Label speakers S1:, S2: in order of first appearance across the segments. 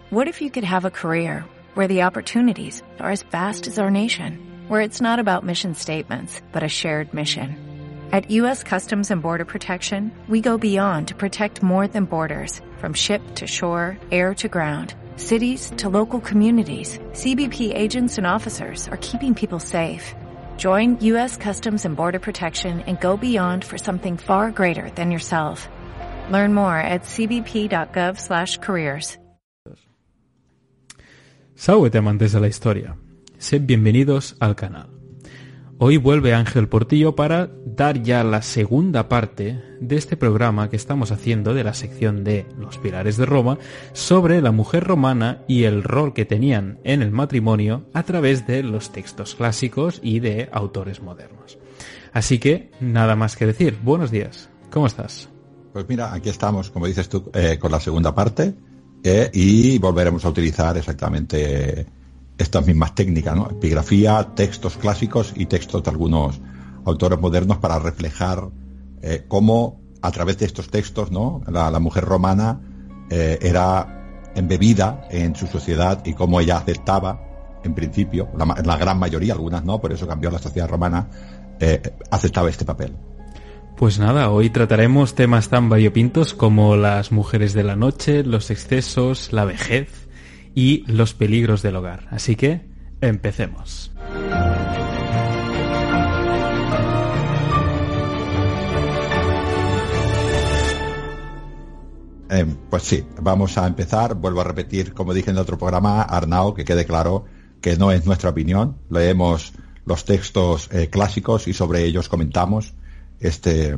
S1: What if you could have a career where the opportunities are as vast as our nation, where it's not about mission statements, but a shared mission? At U.S. Customs and Border Protection, we go beyond to protect more than borders, from ship to shore, air to ground, cities to local communities. CBP agents and officers are keeping people safe. Join U.S. Customs and Border Protection and go beyond for something far greater than yourself. Learn more at cbp.gov/careers.
S2: Salve, amantes de la historia. Sed bienvenidos al canal. Hoy vuelve Ángel Portillo para dar ya la segunda parte de este programa que estamos haciendo de la sección de Los Pilares de Roma sobre la mujer romana y el rol que tenían en el matrimonio a través de los textos clásicos y de autores modernos. Así que, nada más que decir. Buenos días. ¿Cómo estás?
S3: Pues mira, aquí estamos, como dices tú, con la segunda parte y volveremos a utilizar exactamente estas mismas técnicas, ¿no? Epigrafía, textos clásicos y textos de algunos autores modernos para reflejar cómo a través de estos textos, ¿no? la mujer romana era embebida en su sociedad y cómo ella aceptaba, en principio, la gran mayoría, algunas no, por eso cambió la sociedad romana, aceptaba este papel.
S2: Pues nada, hoy trataremos temas tan variopintos como las mujeres de la noche, los excesos, la vejez y los peligros del hogar. Así que, empecemos.
S3: Pues sí, vamos a empezar. Vuelvo a repetir, como dije en el otro programa, Arnau, que quede claro que no es nuestra opinión. Leemos los textos clásicos y sobre ellos comentamos este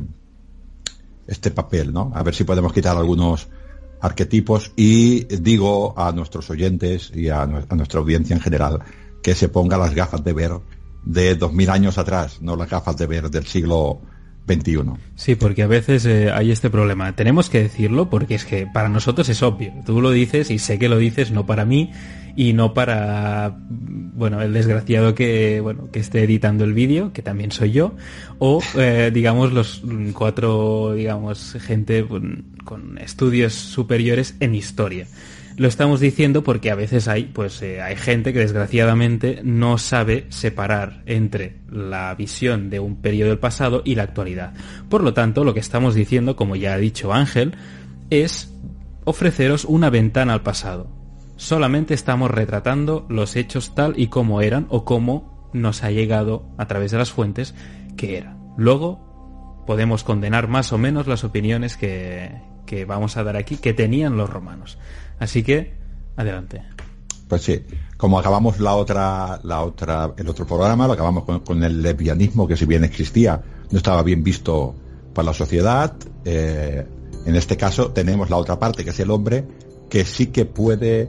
S3: papel, ¿no? A ver si podemos quitar algunos arquetipos y digo a nuestros oyentes y a nuestra audiencia en general que se ponga las gafas de ver de 2000 años atrás, no las gafas de ver del siglo XXI.
S2: Sí, porque a veces hay este problema. Tenemos que decirlo porque es que para nosotros es obvio. Tú lo dices y sé que lo dices, no para mí y no para, bueno, el desgraciado que esté editando el vídeo, que también soy yo, o digamos los cuatro, digamos, gente con estudios superiores en historia. Lo estamos diciendo porque a veces hay gente que desgraciadamente no sabe separar entre la visión de un periodo del pasado y la actualidad. Por lo tanto, lo que estamos diciendo, como ya ha dicho Ángel, es ofreceros una ventana al pasado. Solamente estamos retratando los hechos tal y como eran o como nos ha llegado a través de las fuentes que era. Luego podemos condenar más o menos las opiniones que vamos a dar aquí que tenían los romanos. Así que, adelante.
S3: Pues sí, como acabamos el otro programa, lo acabamos con el lesbianismo, que si bien existía, no estaba bien visto para la sociedad. En este caso tenemos la otra parte, que es el hombre, que sí que puede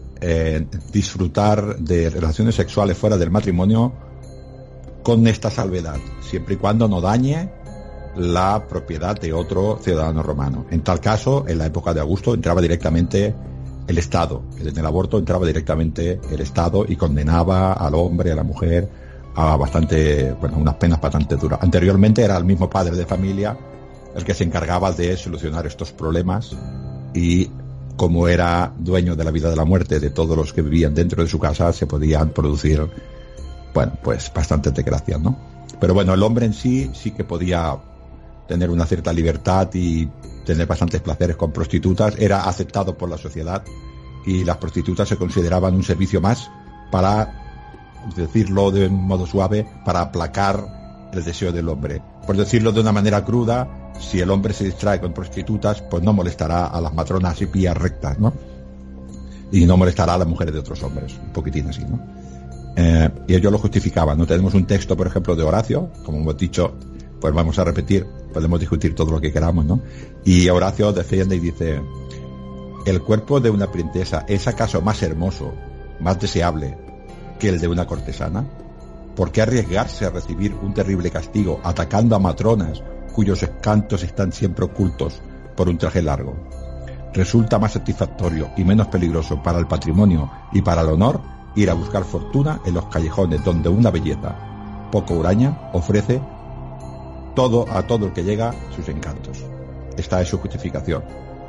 S3: disfrutar de relaciones sexuales fuera del matrimonio con esta salvedad, siempre y cuando no dañe la propiedad de otro ciudadano romano. En tal caso, en la época de Augusto entraba directamente el Estado. En el aborto entraba directamente el Estado y condenaba al hombre, a la mujer, a unas penas bastante duras. Anteriormente era el mismo padre de familia el que se encargaba de solucionar estos problemas y como era dueño de la vida y de la muerte de todos los que vivían dentro de su casa, se podían producir, pues bastantes desgracias, ¿no? Pero bueno, el hombre en sí que podía tener una cierta libertad y tener bastantes placeres con prostitutas, era aceptado por la sociedad y las prostitutas se consideraban un servicio más para, decirlo de un modo suave, para aplacar el deseo del hombre. Por decirlo de una manera cruda, si el hombre se distrae con prostitutas, pues no molestará a las matronas y pías rectas, ¿no? Y no molestará a las mujeres de otros hombres, un poquitín así, ¿no? Y ellos lo justificaban, ¿no? Tenemos un texto, por ejemplo, de Horacio, como hemos dicho, pues vamos a repetir, podemos discutir todo lo que queramos, ¿no? Y Horacio defiende y dice: ¿el cuerpo de una princesa es acaso más hermoso, más deseable que el de una cortesana? ¿Por qué arriesgarse a recibir un terrible castigo atacando a matronas cuyos encantos están siempre ocultos por un traje largo? Resulta más satisfactorio y menos peligroso para el patrimonio y para el honor ir a buscar fortuna en los callejones donde una belleza poco huraña ofrece a todo el que llega sus encantos. Esta es su justificación.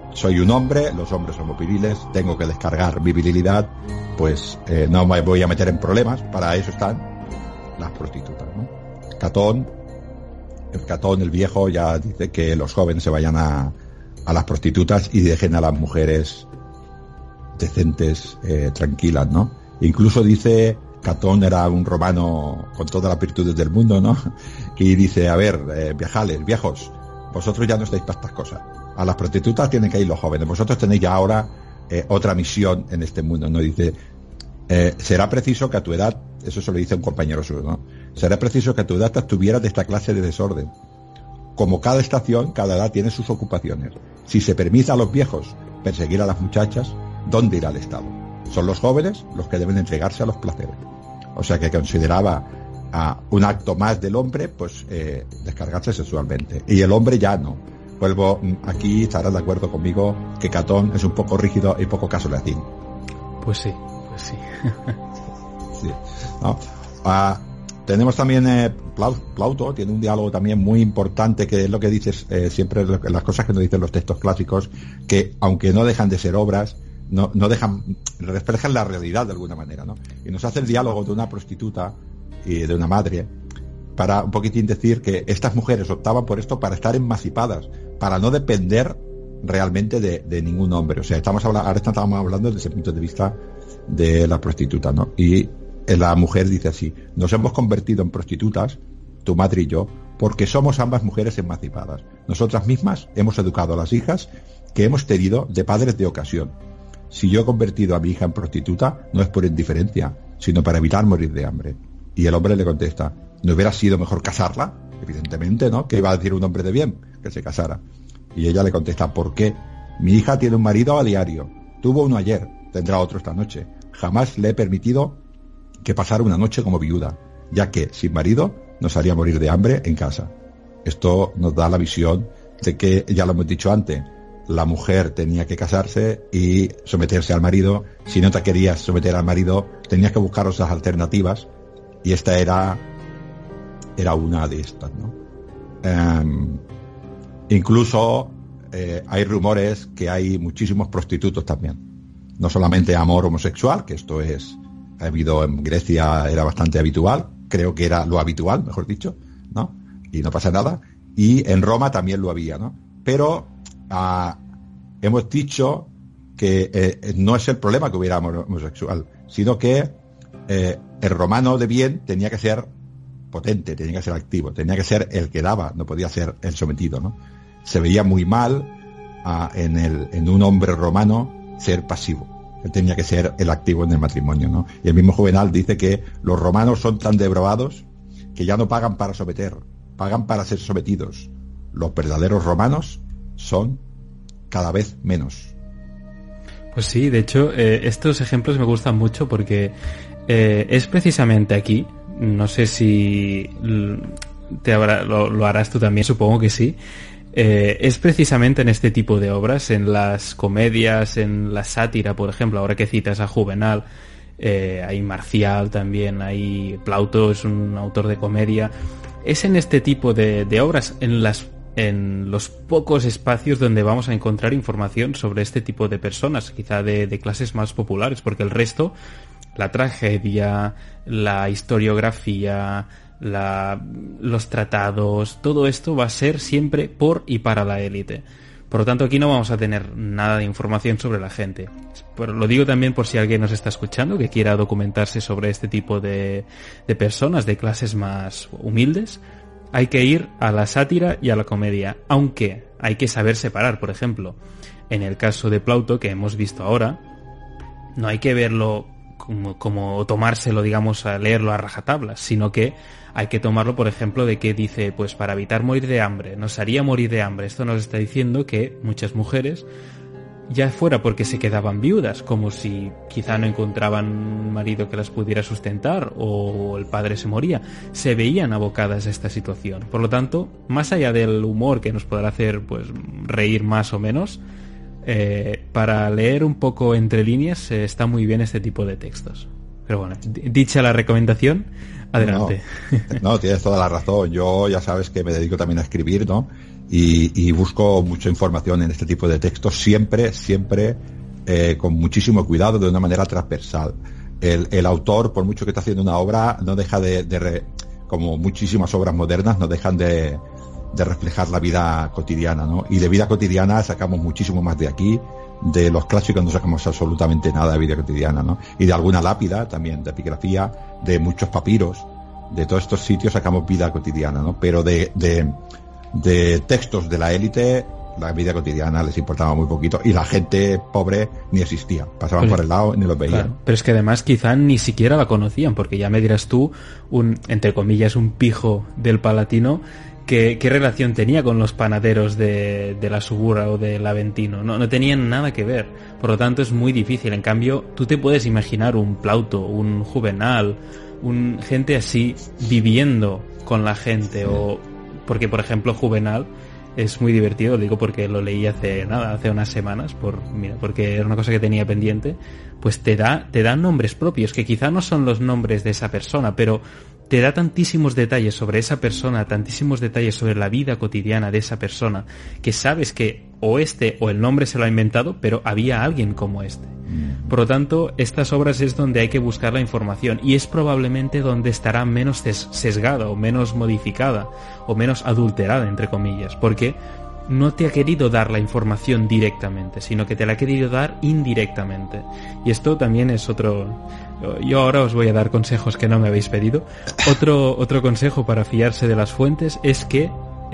S3: soy un hombre, los hombres somos viriles, tengo que descargar mi virilidad, pues no me voy a meter en problemas, para eso están las prostitutas, ¿no? Catón, el viejo, ya dice que los jóvenes se vayan a las prostitutas y dejen a las mujeres decentes, tranquilas, ¿no? Incluso dice, Catón era un romano con todas las virtudes del mundo, ¿no? Y dice, a ver, viejos, vosotros ya no estáis para estas cosas. A las prostitutas tienen que ir los jóvenes. Vosotros tenéis ya ahora otra misión en este mundo, ¿no? Dice, será preciso que a tu edad, eso se lo dice un compañero suyo, ¿no? Será preciso que a tu edad te abstuvieras de esta clase de desorden. Como cada estación, cada edad tiene sus ocupaciones. Si se permite a los viejos perseguir a las muchachas, ¿dónde irá el Estado? Son los jóvenes los que deben entregarse a los placeres. O sea que consideraba un acto más del hombre, pues descargarse sexualmente. Y el hombre ya no. Vuelvo, aquí estarás de acuerdo conmigo que Catón es un poco rígido y poco caso le hacía.
S2: Pues sí.
S3: Sí. No. Tenemos también Plauto tiene un diálogo también muy importante, que es lo que dices siempre, las cosas que nos dicen los textos clásicos, que aunque no dejan de ser obras, no reflejan la realidad de alguna manera, ¿no? Y nos hace el diálogo de una prostituta y de una madre, para un poquitín decir que estas mujeres optaban por esto para estar emancipadas, para no depender realmente de ningún hombre. O sea, ahora estamos hablando desde el punto de vista de la prostituta, ¿no? Y la mujer dice así: nos hemos convertido en prostitutas, tu madre y yo, porque somos ambas mujeres emancipadas. Nosotras mismas hemos educado a las hijas que hemos tenido de padres de ocasión. Si yo he convertido a mi hija en prostituta, no es por indiferencia, sino para evitar morir de hambre. Y el hombre le contesta: ¿no hubiera sido mejor casarla? Evidentemente, ¿no? ¿Qué iba a decir un hombre de bien? Que se casara. Y ella le contesta: ¿por qué? Mi hija tiene un marido a diario. Tuvo uno ayer, tendrá otro esta noche. Jamás le he permitido que pasara una noche como viuda, ya que sin marido nos haría morir de hambre en casa. Esto nos da la visión de que, ya lo hemos dicho antes, la mujer tenía que casarse y someterse al marido. Si no te querías someter al marido, tenías que buscar otras alternativas, y esta era una de estas, ¿no? Incluso hay rumores que hay muchísimos prostitutos también, no solamente amor homosexual, que esto ha habido en Grecia, era bastante habitual, creo que era lo habitual, mejor dicho, ¿no? Y no pasa nada. Y en Roma también lo había, ¿no? Pero hemos dicho que no es el problema que hubiera amor homosexual, sino que el romano de bien tenía que ser potente, tenía que ser activo, tenía que ser el que daba, no podía ser el sometido, ¿no? Se veía muy mal en un hombre romano ser pasivo. Él tenía que ser el activo en el matrimonio, ¿no? Y el mismo Juvenal dice que los romanos son tan depravados que ya no pagan para someter, pagan para ser sometidos. Los verdaderos romanos son cada vez menos.
S2: Pues sí, de hecho, estos ejemplos me gustan mucho porque es precisamente aquí, no sé si lo harás tú también, supongo que sí. Es precisamente en este tipo de obras, en las comedias, en la sátira, por ejemplo, ahora que citas a Juvenal, hay Marcial también, hay Plauto, es un autor de comedia. Es en este tipo de obras, en los pocos espacios donde vamos a encontrar información sobre este tipo de personas, quizá de clases más populares, porque el resto, la tragedia, la historiografía, los tratados, todo esto va a ser siempre por y para la élite. Por lo tanto, aquí no vamos a tener nada de información sobre la gente. Pero lo digo también por si alguien nos está escuchando que quiera documentarse sobre este tipo de personas, de clases más humildes. Hay que ir a la sátira y a la comedia, aunque hay que saber separar. Por ejemplo, en el caso de Plauto, que hemos visto ahora, no hay que verlo como tomárselo, digamos, a leerlo a rajatablas, sino que hay que tomarlo, por ejemplo, de que dice, pues para evitar morir de hambre, nos haría morir de hambre. Esto nos está diciendo que muchas mujeres, ya fuera porque se quedaban viudas, como si quizá no encontraban un marido que las pudiera sustentar o el padre se moría, se veían abocadas a esta situación. Por lo tanto, más allá del humor que nos podrá hacer pues reír más o menos, para leer un poco entre líneas está muy bien este tipo de textos. Pero bueno, dicha la recomendación, adelante.
S3: No, tienes toda la razón. Yo ya sabes que me dedico también a escribir, ¿no? y busco mucha información en este tipo de textos, siempre con muchísimo cuidado, de una manera transversal. El autor, por mucho que está haciendo una obra, no deja como muchísimas obras modernas, no dejan de reflejar la vida cotidiana, ¿no? Y de vida cotidiana sacamos muchísimo más de aquí. De los clásicos no sacamos absolutamente nada de vida cotidiana, ¿no? Y de alguna lápida también, de epigrafía, de muchos papiros, de todos estos sitios sacamos vida cotidiana, ¿no? Pero de textos de la élite, la vida cotidiana les importaba muy poquito, y la gente pobre ni existía, pasaban por el lado ni los veían.
S2: Claro, pero es que además quizá ni siquiera la conocían, porque ya me dirás tú, entre comillas, un pijo del Palatino, ¿qué relación tenía con los panaderos de la Suburra o del Aventino? No tenían nada que ver. Por lo tanto, es muy difícil. En cambio, tú te puedes imaginar un Plauto, un Juvenal, gente así viviendo con la gente. O porque, por ejemplo, Juvenal es muy divertido, lo digo porque lo leí hace unas semanas, porque era una cosa que tenía pendiente. Pues te da nombres propios, que quizá no son los nombres de esa persona, pero te da tantísimos detalles sobre esa persona, tantísimos detalles sobre la vida cotidiana de esa persona, que sabes que o el nombre se lo ha inventado, pero había alguien como este. Por lo tanto, estas obras es donde hay que buscar la información, y es probablemente donde estará menos sesgada o menos modificada o menos adulterada, entre comillas, porque no te ha querido dar la información directamente, sino que te la ha querido dar indirectamente. Y esto también es otro... Yo ahora os voy a dar consejos que no me habéis pedido. Otro consejo para fiarse de las fuentes es que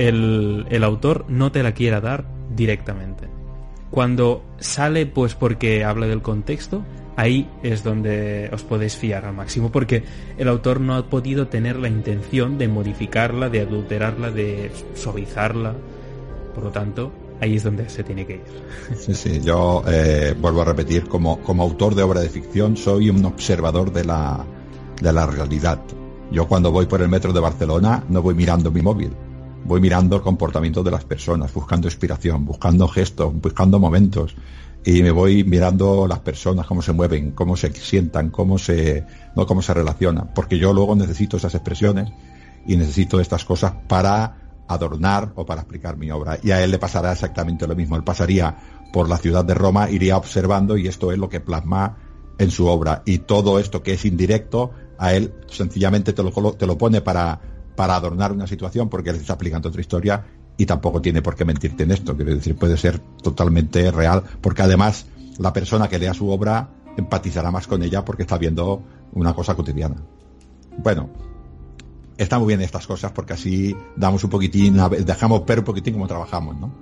S2: el autor no te la quiera dar directamente. Cuando sale, pues porque habla del contexto, ahí es donde os podéis fiar al máximo, porque el autor no ha podido tener la intención de modificarla, de adulterarla, de suavizarla. Por lo tanto, ahí es donde se tiene que ir.
S3: Sí, yo vuelvo a repetir, como autor de obra de ficción, soy un observador de la realidad. Yo cuando voy por el metro de Barcelona no voy mirando mi móvil, voy mirando el comportamiento de las personas, buscando inspiración, buscando gestos, buscando momentos, y me voy mirando las personas, cómo se mueven, cómo se sientan, cómo se relacionan, porque yo luego necesito esas expresiones y necesito estas cosas para adornar o para explicar mi obra. Y a él le pasará exactamente lo mismo. Él pasaría por la ciudad de Roma, iría observando, y esto es lo que plasma en su obra. Y todo esto que es indirecto, a él sencillamente te lo pone para adornar una situación, porque él está aplicando otra historia, y tampoco tiene por qué mentirte en esto. Quiero decir, puede ser totalmente real, porque además la persona que lea su obra empatizará más con ella porque está viendo una cosa cotidiana. Bueno, está muy bien estas cosas, porque así damos un poquitín, dejamos ver un poquitín cómo trabajamos, ¿no?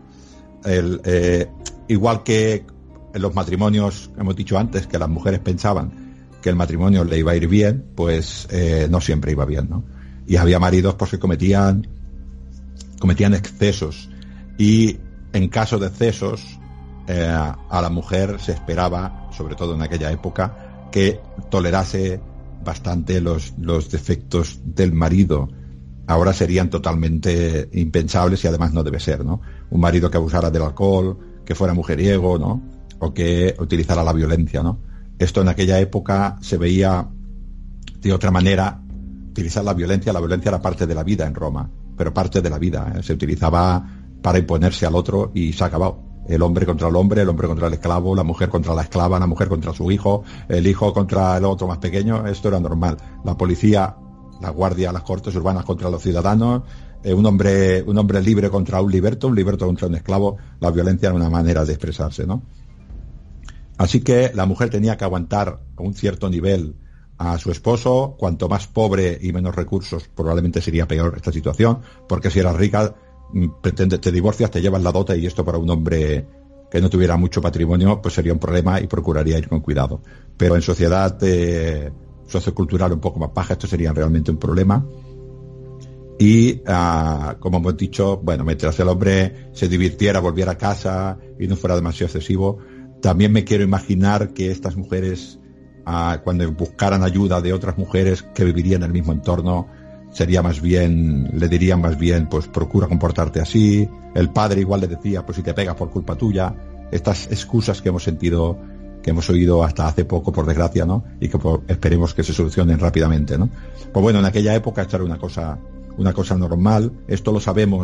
S3: Igual que en los matrimonios, hemos dicho antes que las mujeres pensaban que el matrimonio le iba a ir bien, pues no siempre iba bien, ¿no? Y había maridos pues que cometían excesos, y en caso de excesos a la mujer se esperaba, sobre todo en aquella época, que tolerase bastante los defectos del marido. Ahora serían totalmente impensables, y además no debe ser, ¿no? Un marido que abusara del alcohol, que fuera mujeriego, ¿no? O que utilizara la violencia, ¿no? Esto en aquella época se veía de otra manera. Utilizar la violencia era parte de la vida en Roma, pero parte de la vida, se utilizaba para imponerse al otro, y se ha acabado. El hombre contra el hombre contra el esclavo, la mujer contra la esclava, la mujer contra su hijo, el hijo contra el otro más pequeño. Esto era normal. La policía, la guardia, las cortes urbanas contra los ciudadanos, un hombre libre contra un liberto contra un esclavo. La violencia era una manera de expresarse, ¿no? Así que la mujer tenía que aguantar a un cierto nivel a su esposo. Cuanto más pobre y menos recursos, probablemente sería peor esta situación, porque si eras rica, te divorcias, te llevas la dote, y esto para un hombre que no tuviera mucho patrimonio pues sería un problema, y procuraría ir con cuidado. Pero en sociedad sociocultural un poco más baja, esto sería realmente un problema. Y como hemos dicho, bueno, mientras el hombre se divirtiera, volviera a casa y no fuera demasiado excesivo, también me quiero imaginar que estas mujeres, cuando buscaran ayuda de otras mujeres que vivirían en el mismo entorno, le dirían más bien, pues procura comportarte así. El padre igual le decía, pues si te pegas por culpa tuya. Estas excusas que hemos oído hasta hace poco, por desgracia, ¿no? Y que esperemos que se solucionen rápidamente, ¿no? Pues bueno, en aquella época esto era una cosa normal. Esto lo sabemos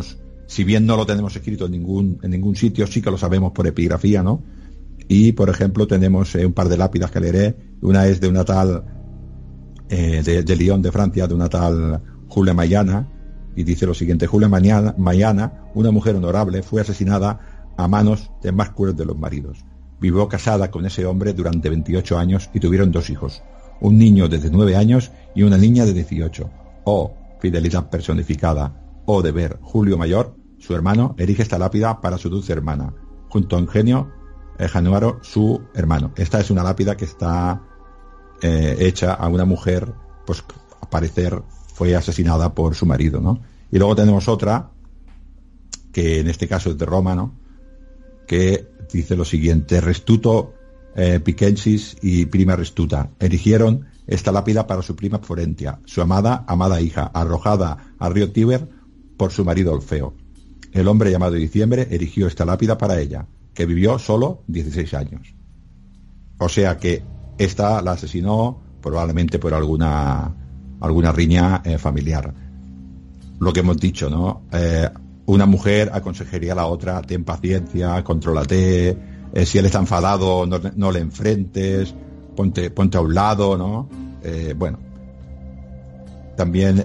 S3: Si bien no lo tenemos escrito en ningún sitio, sí que lo sabemos por epigrafía, ¿no? Y, por ejemplo, tenemos un par de lápidas que leeré. Una es de una tal, de Lyon, de Francia, de una tal Julia Mayana, y dice lo siguiente: Julia Mayana, una mujer honorable, fue asesinada a manos del más cruel de los maridos. Vivió casada con ese hombre durante 28 años y tuvieron 2 hijos, un niño de 9 años y una niña de 18. Oh, fidelidad personificada, oh deber. Julio Mayor, su hermano, erige esta lápida para su dulce hermana, junto a Eugenio Januaro, su hermano. Esta es una lápida que está hecha a una mujer, pues al parecer fue asesinada por su marido, ¿no? Y luego tenemos otra, que en este caso es de Roma, ¿no? Que dice lo siguiente: Restuto Picensis y prima Restuta erigieron esta lápida para su prima Florentia, su amada hija, arrojada al río Tíber por su marido Orfeo. El hombre llamado Diciembre erigió esta lápida para ella, que vivió solo 16 años. O sea que esta la asesinó probablemente por alguna riña familiar. Lo que hemos dicho, ¿no? Una mujer aconsejaría a la otra: ten paciencia, contrólate, si él está enfadado no le enfrentes, ponte a un lado, ¿no? Bueno, también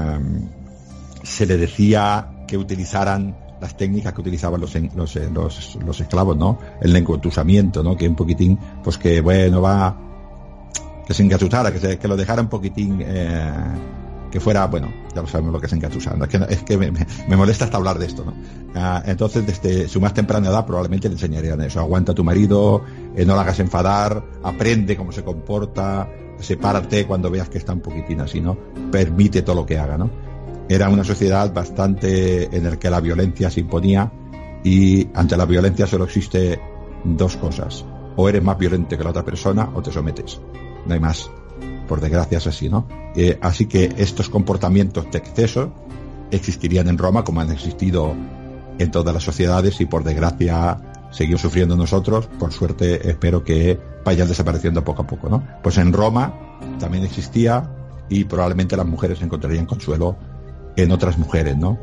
S3: se le decía que utilizaran las técnicas que utilizaban los esclavos, ¿no? El engatusamiento, ¿no? Que un poquitín, pues que bueno, que se engatusara, que lo dejara un poquitín, que fuera, bueno, ya lo sabemos lo que es engatusar, es que me molesta hasta hablar de esto, ¿no? Entonces, desde su más temprana edad probablemente le enseñarían eso: aguanta a tu marido, no lo hagas enfadar, aprende cómo se comporta, sepárate cuando veas que está un poquitín así, ¿no? Permite todo lo que haga, ¿no? Era una sociedad bastante en la que la violencia se imponía, y ante la violencia solo existe 2 cosas: o eres más violento que la otra persona o te sometes, no hay más. Por desgracia es así, ¿no? Así que estos comportamientos de exceso existirían en Roma, como han existido en todas las sociedades, y por desgracia seguimos sufriendo nosotros. Por suerte espero que vayan desapareciendo poco a poco, ¿no? Pues en Roma también existía, y probablemente las mujeres encontrarían consuelo en otras mujeres, ¿no?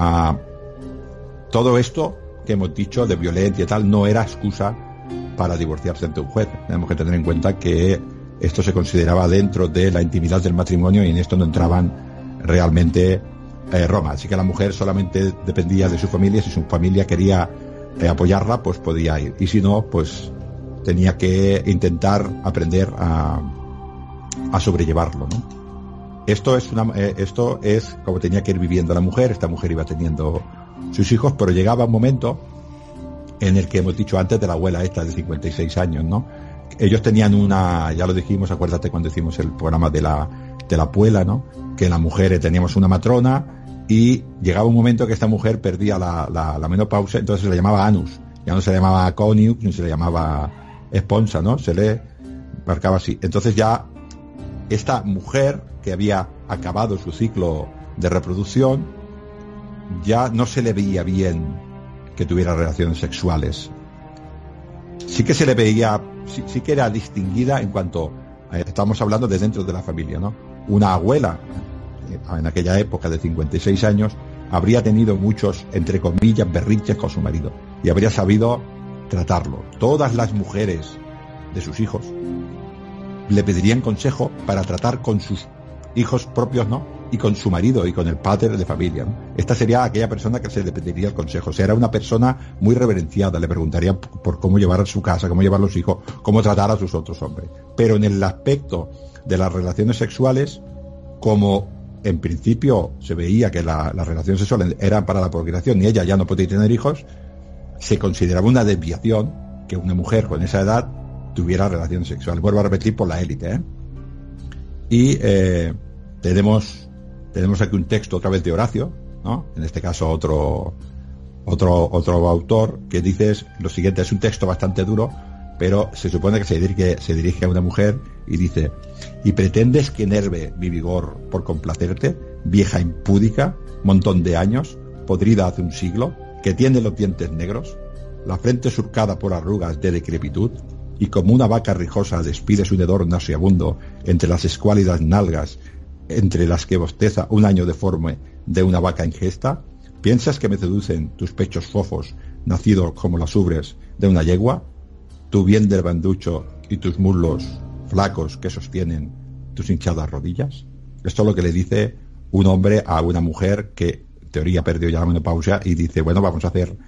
S3: Todo esto que hemos dicho de violencia y tal no era excusa para divorciarse ante un juez. Tenemos que tener en cuenta que esto se consideraba dentro de la intimidad del matrimonio, y en esto no entraban realmente Roma. Así que la mujer solamente dependía de su familia. Si su familia quería apoyarla, pues podía ir, y si no, pues tenía que intentar aprender a sobrellevarlo, ¿no? Esto es como tenía que ir viviendo la mujer. Esta mujer iba teniendo sus hijos, pero llegaba un momento en el que hemos dicho antes de la abuela esta de 56 años, ¿no? Ellos tenían ya lo dijimos, acuérdate cuando hicimos el programa de la puela, ¿no? Que en la mujer teníamos una matrona, y llegaba un momento que esta mujer perdía la menopausia, entonces se le llamaba anus. Ya no se le llamaba coniux, ni se le llamaba esponsa, ¿no? Se le marcaba así. Entonces ya esta mujer, que había acabado su ciclo de reproducción, ya no se le veía bien que tuviera relaciones sexuales. Sí que se le veía, sí que era distinguida en cuanto estamos hablando de dentro de la familia, ¿no? Una abuela en aquella época de 56 años habría tenido muchos, entre comillas, berrinches con su marido, y habría sabido tratarlo. Todas las mujeres de sus hijos le pedirían consejo para tratar con sus hijos propios, ¿no? Y con su marido y con el padre de familia, ¿no? Esta sería aquella persona que se le pediría el consejo. O sea, era una persona muy reverenciada. Le preguntaría por cómo llevar a su casa, cómo llevar a los hijos, cómo tratar a sus otros hombres. Pero en el aspecto de las relaciones sexuales, como en principio se veía que las relaciones sexuales eran para la procreación y ella ya no podía tener hijos, se consideraba una desviación que una mujer con esa edad tuviera relaciones sexuales. Vuelvo a repetir, por la élite, ¿eh? Y tenemos aquí un texto otra vez de Horacio, ¿no? En este caso otro autor, que dice lo siguiente. Es un texto bastante duro, pero se supone que se dirige a una mujer y dice: ¿y pretendes que enerve mi vigor por complacerte, vieja impúdica, montón de años, podrida hace un siglo, que tiene los dientes negros, la frente surcada por arrugas de decrepitud, y como una vaca rijosa despides un hedor nauseabundo entre las escuálidas nalgas, entre las que bosteza un año deforme de una vaca ingesta? ¿Piensas que me seducen tus pechos fofos, nacidos como las ubres de una yegua? Tu bien del banducho y tus muslos flacos que sostienen tus hinchadas rodillas. Esto es lo que le dice un hombre a una mujer que en teoría perdió ya la menopausia y dice, bueno, vamos a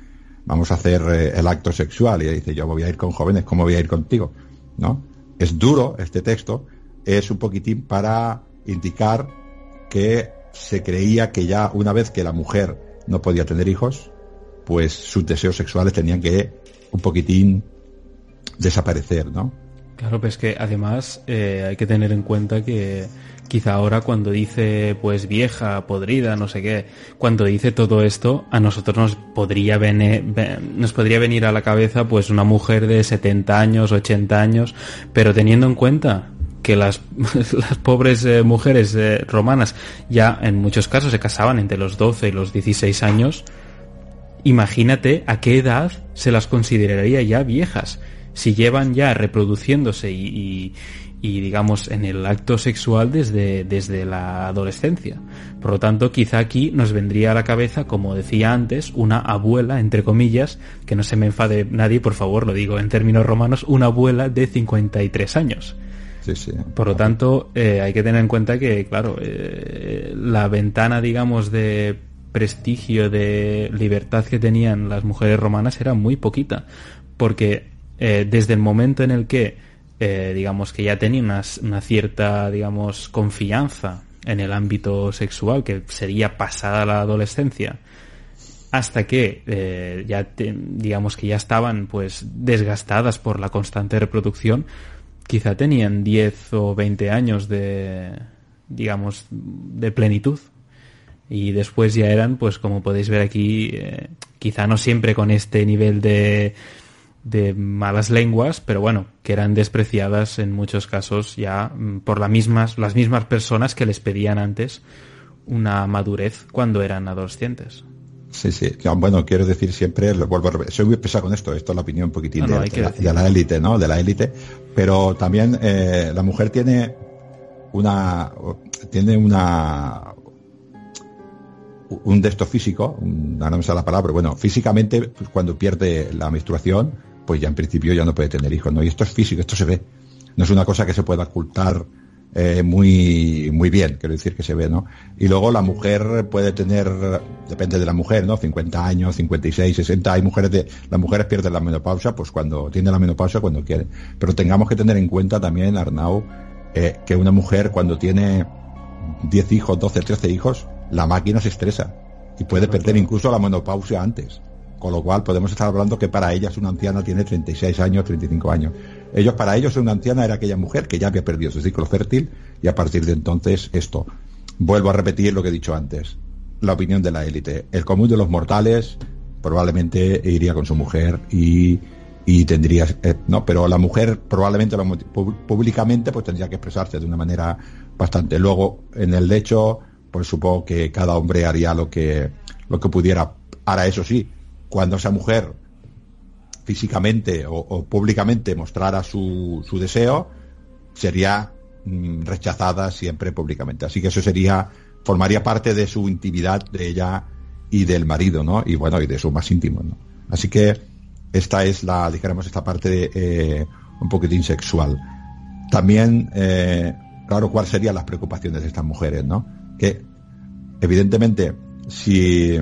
S3: hacer el acto sexual. Y ella dice, yo voy a ir con jóvenes, ¿cómo voy a ir contigo? ¿No? Es duro este texto, es un poquitín para indicar que se creía que ya una vez que la mujer no podía tener hijos, pues sus deseos sexuales tenían que un poquitín desaparecer, ¿no?
S2: Claro, pues que además hay que tener en cuenta que quizá ahora cuando dice pues vieja, podrida, no sé qué, cuando dice todo esto, a nosotros nos podría venir a la cabeza pues una mujer de 70 años, 80 años, pero teniendo en cuenta que las pobres mujeres romanas ya en muchos casos se casaban entre los 12 y los 16 años, imagínate a qué edad se las consideraría ya viejas. Si llevan ya reproduciéndose y digamos en el acto sexual desde la adolescencia. Por lo tanto, quizá aquí nos vendría a la cabeza, como decía antes, una abuela, entre comillas, que no se me enfade nadie, por favor, lo digo en términos romanos, una abuela de 53 años.
S3: Sí.
S2: Por lo tanto, hay que tener en cuenta que, claro, la ventana, digamos, de prestigio, de libertad que tenían las mujeres romanas era muy poquita, porque desde el momento en el que digamos que ya tenía una cierta, digamos, confianza en el ámbito sexual, que sería pasada la adolescencia, hasta que digamos que ya estaban pues desgastadas por la constante reproducción, quizá tenían 10 o 20 años de, digamos, de plenitud. Y después ya eran, pues como podéis ver aquí, quizá no siempre con este nivel de malas lenguas, pero bueno, que eran despreciadas en muchos casos ya por las mismas personas que les pedían antes una madurez cuando eran adolescentes.
S3: Sí. Bueno, quiero decir siempre, lo vuelvo a repetir, soy muy pesado con esto es la opinión un poquitín de la élite, ¿no? De la élite, pero también la mujer tiene un de esto físico, no me sale la palabra, pero bueno, físicamente, pues, cuando pierde la menstruación, pues ya en principio ya no puede tener hijos, ¿no? Y esto es físico, esto se ve. No es una cosa que se pueda ocultar muy bien, quiero decir que se ve, ¿no? Y luego la mujer puede tener, depende de la mujer, ¿no? 50 años, 56, 60, las mujeres pierden la menopausia, pues cuando tiene la menopausia, cuando quiere. Pero tengamos que tener en cuenta también, Arnau, que una mujer cuando tiene 10 hijos, 12, 13 hijos, la máquina se estresa y puede perder incluso la menopausia antes. Con lo cual podemos estar hablando que para ellas una anciana tiene 36 años, 35 años. Para ellos una anciana era aquella mujer que ya había perdido su ciclo fértil y a partir de entonces esto. Vuelvo a repetir lo que he dicho antes. La opinión de la élite. El común de los mortales probablemente iría con su mujer y tendría... no, pero la mujer probablemente públicamente pues tendría que expresarse de una manera bastante... Luego, en el lecho, pues supongo que cada hombre haría lo que pudiera. Ahora, eso sí, cuando esa mujer físicamente o públicamente mostrara su deseo, sería rechazada siempre públicamente. Así que eso formaría parte de su intimidad de ella y del marido, ¿no? Y bueno, y de su más íntimo, ¿no? Así que esta es esta parte un poquitín sexual. También, claro, ¿cuáles serían las preocupaciones de estas mujeres, no? Que, evidentemente, si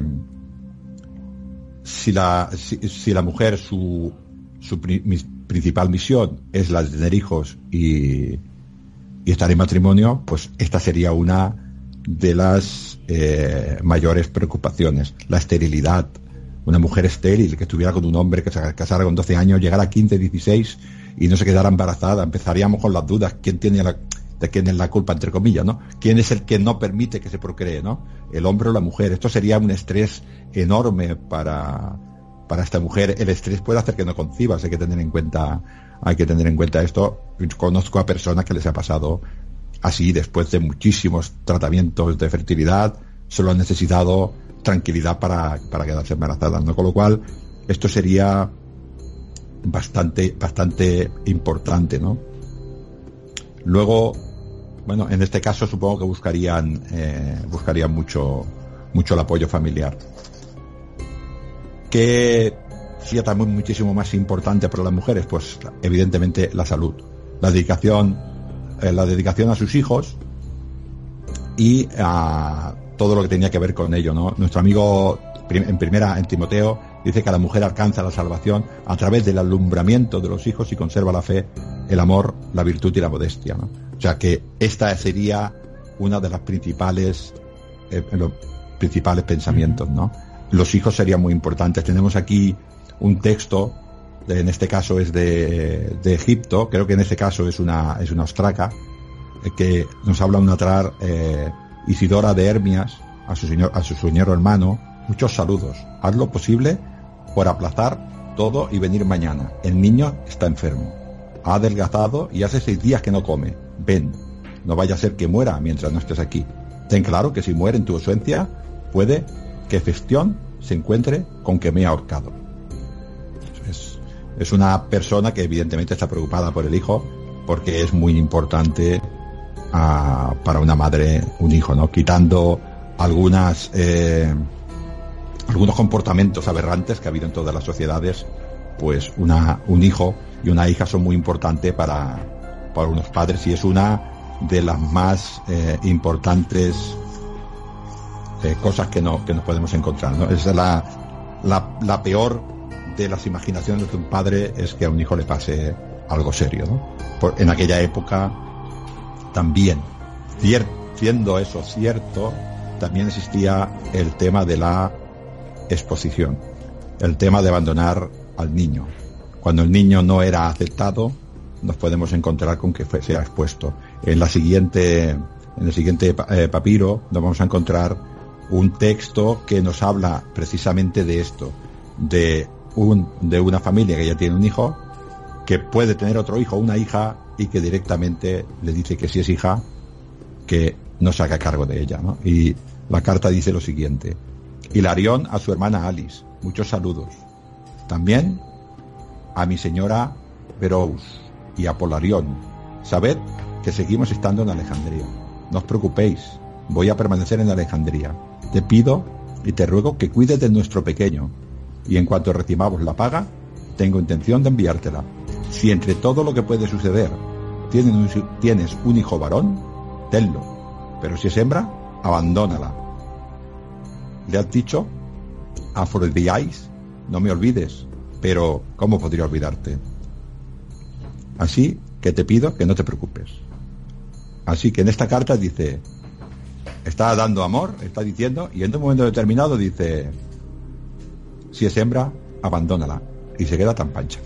S3: la mujer su principal misión es la de tener hijos y estar en matrimonio, pues esta sería una de las mayores preocupaciones. La esterilidad. Una mujer estéril que estuviera con un hombre que se casara con 12 años, llegara a 15, 16 y no se quedara embarazada. Empezaríamos con las dudas. ¿Quién es la culpa, entre comillas, ¿no? ¿Quién es el que no permite que se procree, ¿no? ¿El hombre o la mujer? Esto sería un estrés enorme para esta mujer. El estrés puede hacer que no concibas. Hay que tener en cuenta esto. Conozco a personas que les ha pasado así después de muchísimos tratamientos de fertilidad. Solo han necesitado tranquilidad para quedarse embarazadas, ¿no? Con lo cual, esto sería bastante importante, ¿no? Luego, bueno, en este caso supongo que buscarían mucho el apoyo familiar. ¿Qué sí también muchísimo más importante para las mujeres? Pues evidentemente la salud, la dedicación a sus hijos y a todo lo que tenía que ver con ello, ¿no? Nuestro amigo en Timoteo dice que la mujer alcanza la salvación a través del alumbramiento de los hijos y conserva la fe, el amor, la virtud y la modestia, ¿no? O sea que esta sería una de las principales los principales pensamientos, ¿no? Los hijos serían muy importantes. Tenemos aquí un texto, en este caso es de Egipto, creo que en este caso es una ostraca, que nos habla una Isidora de Hermias a su señor hermano: muchos saludos, haz lo posible por aplazar todo y venir mañana. El niño está enfermo, ha adelgazado y hace 6 días que no come. Ven, no vaya a ser que muera mientras no estés aquí. Ten claro que si muere en tu ausencia, puede que Festión se encuentre con que me ha ahorcado. Es una persona que evidentemente está preocupada por el hijo, porque es muy importante para una madre un hijo, ¿no? Quitando algunos comportamientos aberrantes que ha habido en todas las sociedades, pues un hijo y una hija son muy importantes para unos padres, y es una de las más importantes cosas que nos podemos encontrar, ¿no? Es la peor de las imaginaciones de un padre, es que a un hijo le pase algo serio, ¿no? En aquella época también, siendo eso cierto, también existía el tema de la exposición, el tema de abandonar al niño. Cuando el niño no era aceptado, nos podemos encontrar con que sea expuesto. En el siguiente papiro nos vamos a encontrar un texto que nos habla precisamente de esto, de una familia que ya tiene un hijo, que puede tener otro hijo o una hija, y que directamente le dice que si es hija, que no se haga cargo de ella, ¿no? Y la carta dice lo siguiente: Hilarión a su hermana Alice, muchos saludos. También a mi señora Verous y a Polarión. Sabed que seguimos estando en Alejandría. No os preocupéis, voy a permanecer en Alejandría. Te pido y te ruego que cuides de nuestro pequeño, y en cuanto recibamos la paga, tengo intención de enviártela. Si entre todo lo que puede suceder tienes un hijo varón, tenlo, pero si es hembra, abandónala. Le has dicho: Afrodiáis, no me olvides, pero ¿cómo podría olvidarte? Así que te pido que no te preocupes. Así que en esta carta dice, está dando amor, está diciendo, y en un momento determinado dice: si es hembra, abandónala, y se queda tan pancha.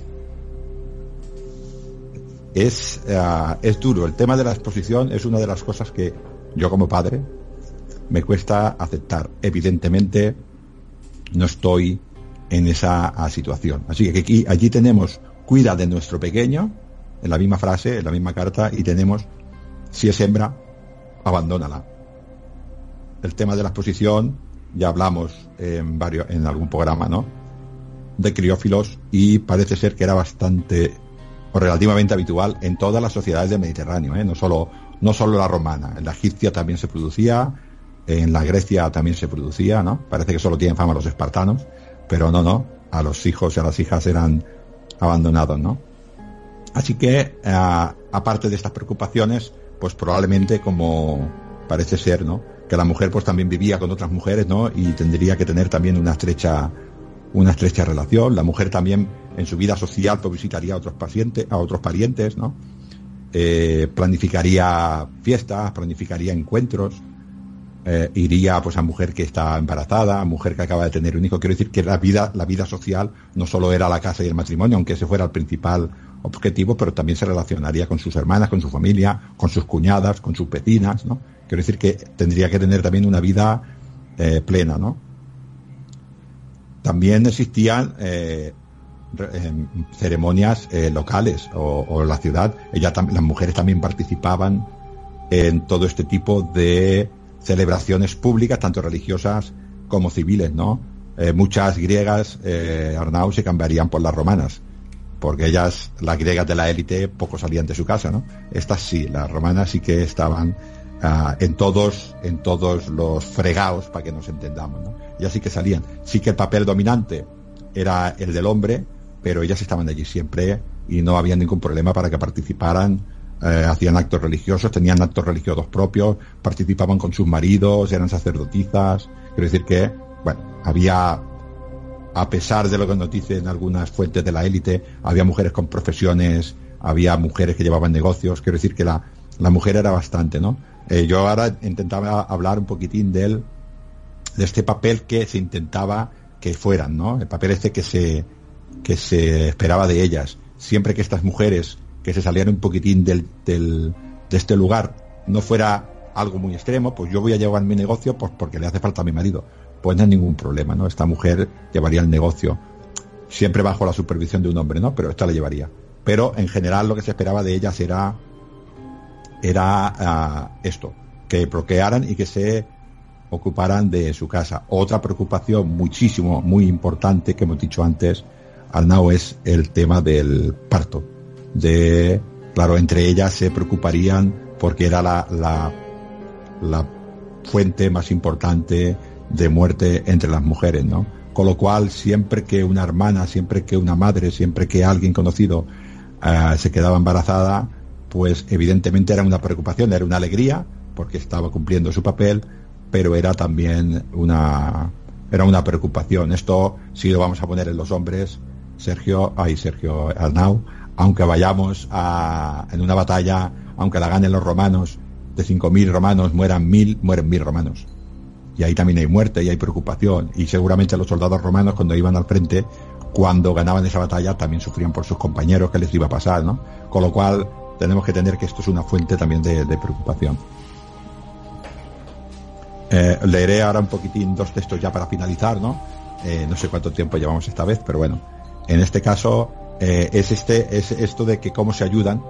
S3: Es duro. El tema de la exposición es una de las cosas que yo como padre me cuesta aceptar. Evidentemente no estoy en esa situación. Así que allí tenemos: cuida de nuestro pequeño, en la misma frase, en la misma carta, y tenemos: si es hembra, abandónala. El tema de la exposición ya hablamos en algún programa, ¿no?, de criófilos, y parece ser que era bastante o relativamente habitual en todas las sociedades del Mediterráneo, no solo la romana. En la egipcia también se producía, en la Grecia también se producía, ¿no? Parece que solo tienen fama los espartanos, pero no, a los hijos y a las hijas eran abandonados, ¿no? Así que, aparte de estas preocupaciones, pues probablemente, como parece ser, ¿no?, que la mujer pues también vivía con otras mujeres, ¿no?, y tendría que tener también una estrecha relación. La mujer también en su vida social pues visitaría a otros parientes, ¿no? Planificaría fiestas, planificaría encuentros, iría pues a mujer que está embarazada, a mujer que acaba de tener un hijo. Quiero decir que la vida social no solo era la casa y el matrimonio, aunque ese fuera el principal objetivo, pero también se relacionaría con sus hermanas, con su familia, con sus cuñadas, con sus vecinas, ¿no? Quiero decir que tendría que tener también una vida plena, ¿no? También existían ceremonias locales o la ciudad. Las mujeres también participaban en todo este tipo de celebraciones públicas, tanto religiosas como civiles, ¿no? Muchas griegas, Arnau, se cambiarían por las romanas, porque ellas, las griegas de la élite, poco salían de su casa, ¿no? Estas sí, las romanas sí que estaban en todos los fregados, para que nos entendamos, ¿no? Y así que salían. Sí que el papel dominante era el del hombre, pero ellas estaban allí siempre y no había ningún problema para que participaran. Hacían actos religiosos, tenían actos religiosos propios, participaban con sus maridos, eran sacerdotisas. Quiero decir que, bueno, había, a pesar de lo que nos dicen algunas fuentes de la élite, había mujeres con profesiones, había mujeres que llevaban negocios. Quiero decir que la mujer era bastante, ¿no? Yo ahora intentaba hablar un poquitín de este papel que se intentaba que fueran, ¿no? El papel este que se esperaba de ellas. Siempre que estas mujeres que se salieran un poquitín de este lugar no fuera algo muy extremo, pues yo voy a llevar mi negocio pues porque le hace falta a mi marido. Pues no hay ningún problema, ¿no? Esta mujer llevaría el negocio, siempre bajo la supervisión de un hombre, ¿no? Pero esta la llevaría. Pero en general lo que se esperaba de ellas era esto, que procrearan y que se ocuparan de su casa. Otra preocupación muy importante que hemos dicho antes, Arnau, es el tema del parto. Claro, entre ellas se preocuparían porque era la fuente más importante de muerte entre las mujeres, ¿no? Con lo cual, siempre que una hermana, siempre que una madre, siempre que alguien conocido se quedaba embarazada, pues evidentemente era una preocupación, era una alegría, porque estaba cumpliendo su papel, pero era también una preocupación. Esto sí lo vamos a poner en los hombres, Sergio Arnau, aunque vayamos en una batalla, aunque la ganen los romanos, de 5.000 romanos mueren 1.000 romanos. Y ahí también hay muerte y hay preocupación. Y seguramente los soldados romanos, cuando iban al frente, cuando ganaban esa batalla, también sufrían por sus compañeros, que les iba a pasar, ¿no? Con lo cual, tenemos que entender que esto es una fuente también de preocupación. Leeré ahora un poquitín 2 textos ya para finalizar, ¿no? No sé cuánto tiempo llevamos esta vez, pero bueno. En este caso, es esto de que cómo se ayudan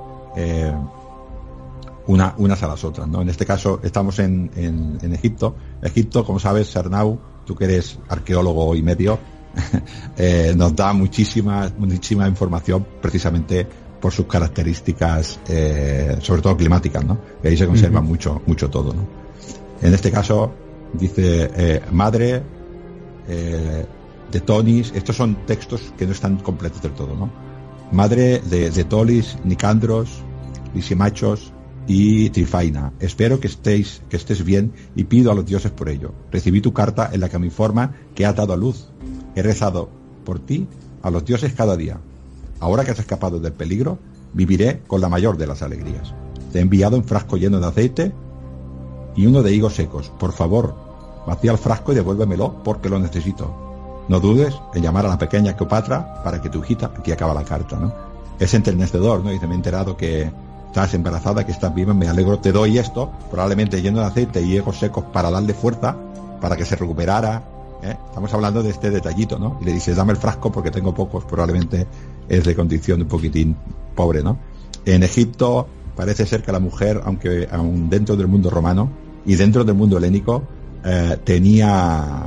S3: unas a las otras, ¿no? En este caso estamos en Egipto. Egipto, como sabes, Arnau, tú que eres arqueólogo y medio, nos da muchísima información precisamente por sus características, sobre todo climáticas, ¿no? Que ahí se conserva mucho todo, ¿no? En este caso dice madre de Tonis. Estos son textos que no están completos del todo, ¿no? Madre de Tolis, Nicandros, Lisimachos y Trifaina, espero que estés bien y pido a los dioses por ello. Recibí tu carta en la que me informa que has dado a luz. He rezado por ti a los dioses cada día. Ahora que has escapado del peligro, viviré con la mayor de las alegrías. Te he enviado un frasco lleno de aceite y uno de higos secos. Por favor, vacía el frasco y devuélvemelo porque lo necesito. No dudes en llamar a la pequeña Cleopatra para que tu hijita, aquí acaba la carta, ¿no? Es enternecedor, ¿no? Dice, me he enterado que estás embarazada, que estás viva, me alegro, te doy esto, probablemente lleno de aceite y higos secos para darle fuerza, para que se recuperara, ¿eh? Estamos hablando de este detallito, ¿no? Y le dices, dame el frasco porque tengo pocos, probablemente es de condición un poquitín pobre, ¿no? En Egipto parece ser que la mujer, aun dentro del mundo romano y dentro del mundo helénico, tenía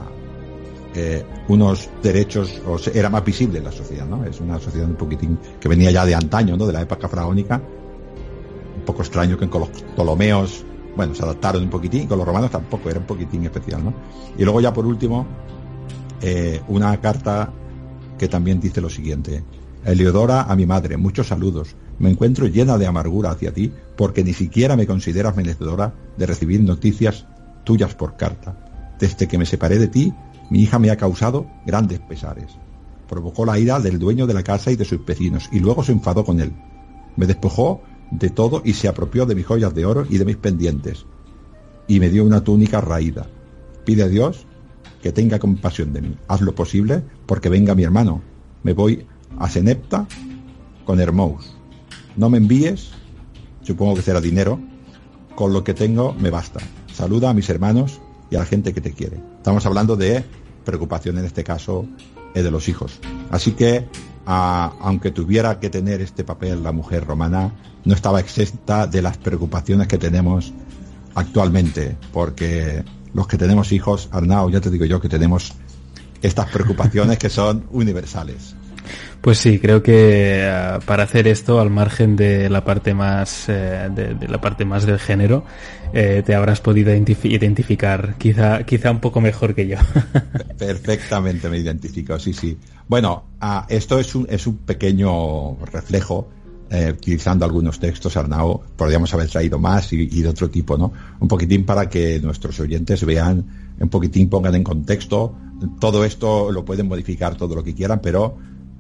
S3: unos derechos, o sea, era más visible en la sociedad, ¿no? Es una sociedad un poquitín que venía ya de antaño, ¿no? De la época faraónica. Un poco extraño que con los Ptolomeos, bueno, se adaptaron un poquitín, con los romanos tampoco, era un poquitín especial, ¿no? Y luego ya por último, una carta que también dice lo siguiente: Heliodora, a mi madre, muchos saludos. Me encuentro llena de amargura hacia ti porque ni siquiera me consideras merecedora de recibir noticias tuyas por carta. Desde que me separé de ti, mi hija me ha causado grandes pesares. Provocó la ira del dueño de la casa y de sus vecinos, y luego se enfadó con él. Me despojó de todo y se apropió de mis joyas de oro y de mis pendientes, y me dio una túnica raída. Pide a Dios que tenga compasión de mí. Haz lo posible porque venga mi hermano. Me voy a Senepta con Hermous. No me envíes, supongo que será dinero, con lo que tengo me basta. Saluda a mis hermanos y a la gente que te quiere. Estamos hablando de preocupación, en este caso, de los hijos. Así que, aunque tuviera que tener este papel la mujer romana, no estaba exenta de las preocupaciones que tenemos actualmente, porque los que tenemos hijos, Arnau, ya te digo yo que tenemos estas preocupaciones que son universales.
S2: Pues sí, creo que para hacer esto, al margen de la parte más de la parte más del género, te habrás podido identificar quizá un poco mejor que yo.
S3: Perfectamente me identifico, sí. Bueno, esto es un pequeño reflejo, utilizando algunos textos, Arnau, podríamos haber traído más y de otro tipo, ¿no? Un poquitín para que nuestros oyentes vean, un poquitín pongan en contexto. Todo esto lo pueden modificar todo lo que quieran, pero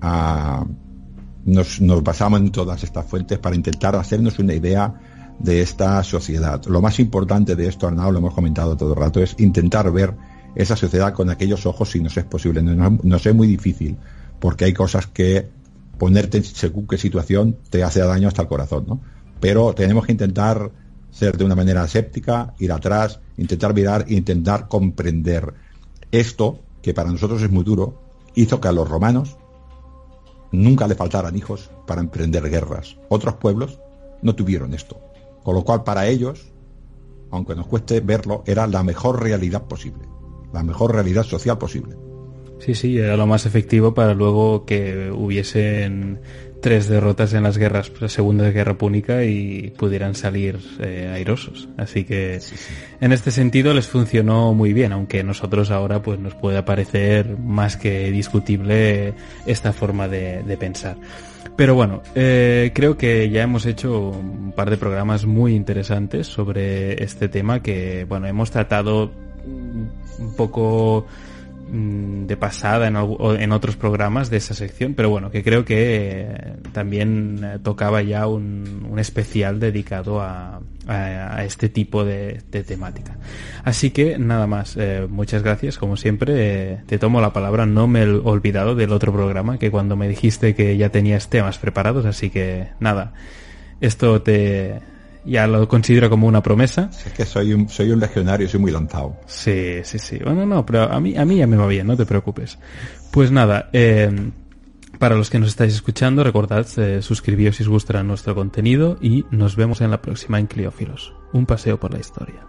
S3: nos basamos en todas estas fuentes para intentar hacernos una idea de esta sociedad. Lo más importante de esto, Arnau, lo hemos comentado todo el rato, es intentar ver esa sociedad con aquellos ojos si nos es posible. Nos es muy difícil, porque hay cosas que ponerte en según qué situación te hace daño hasta el corazón, ¿no? Pero tenemos que intentar ser de una manera escéptica, ir atrás, intentar mirar e intentar comprender. Esto, que para nosotros es muy duro, hizo que a los romanos nunca le faltaran hijos para emprender guerras. Otros pueblos no tuvieron esto. Con lo cual, para ellos, aunque nos cueste verlo, era la mejor realidad posible, la mejor realidad social posible.
S2: Sí, era lo más efectivo para luego que hubiesen 3 derrotas en las guerras, la Segunda Guerra Púnica, y pudieran salir airosos. Así que sí. En este sentido les funcionó muy bien, aunque nosotros ahora pues nos puede parecer más que discutible esta forma de pensar. Pero bueno, creo que ya hemos hecho un par de programas muy interesantes sobre este tema que, bueno, hemos tratado un poco de pasada en otros programas de esa sección, pero bueno, que creo que también tocaba ya un especial dedicado a este tipo de temática. Así que nada más, muchas gracias, como siempre, te tomo la palabra. No me he olvidado del otro programa, que cuando me dijiste que ya tenías temas preparados, así que nada, esto ya lo considero como una promesa.
S3: Es que soy un legionario, soy muy lanzado.
S2: Sí. Bueno, no, pero a mí ya me va bien, no te preocupes. Pues nada, para los que nos estáis escuchando, recordad suscribíos si os gustará nuestro contenido y nos vemos en la próxima en Cliófilos, un paseo por la historia.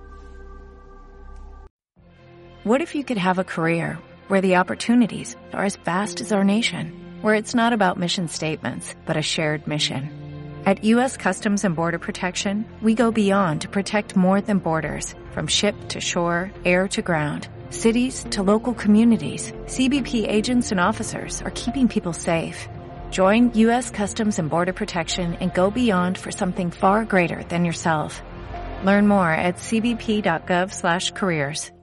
S1: What if you could have a career where the opportunities are as vast as our nation, where it's not about mission statements, but a shared mission? At U.S. Customs and Border Protection, we go beyond to protect more than borders. From ship to shore, air to ground, cities to local communities, CBP agents and officers are keeping people safe. Join U.S. Customs and Border Protection and go beyond for something far greater than yourself. Learn more at cbp.gov/careers.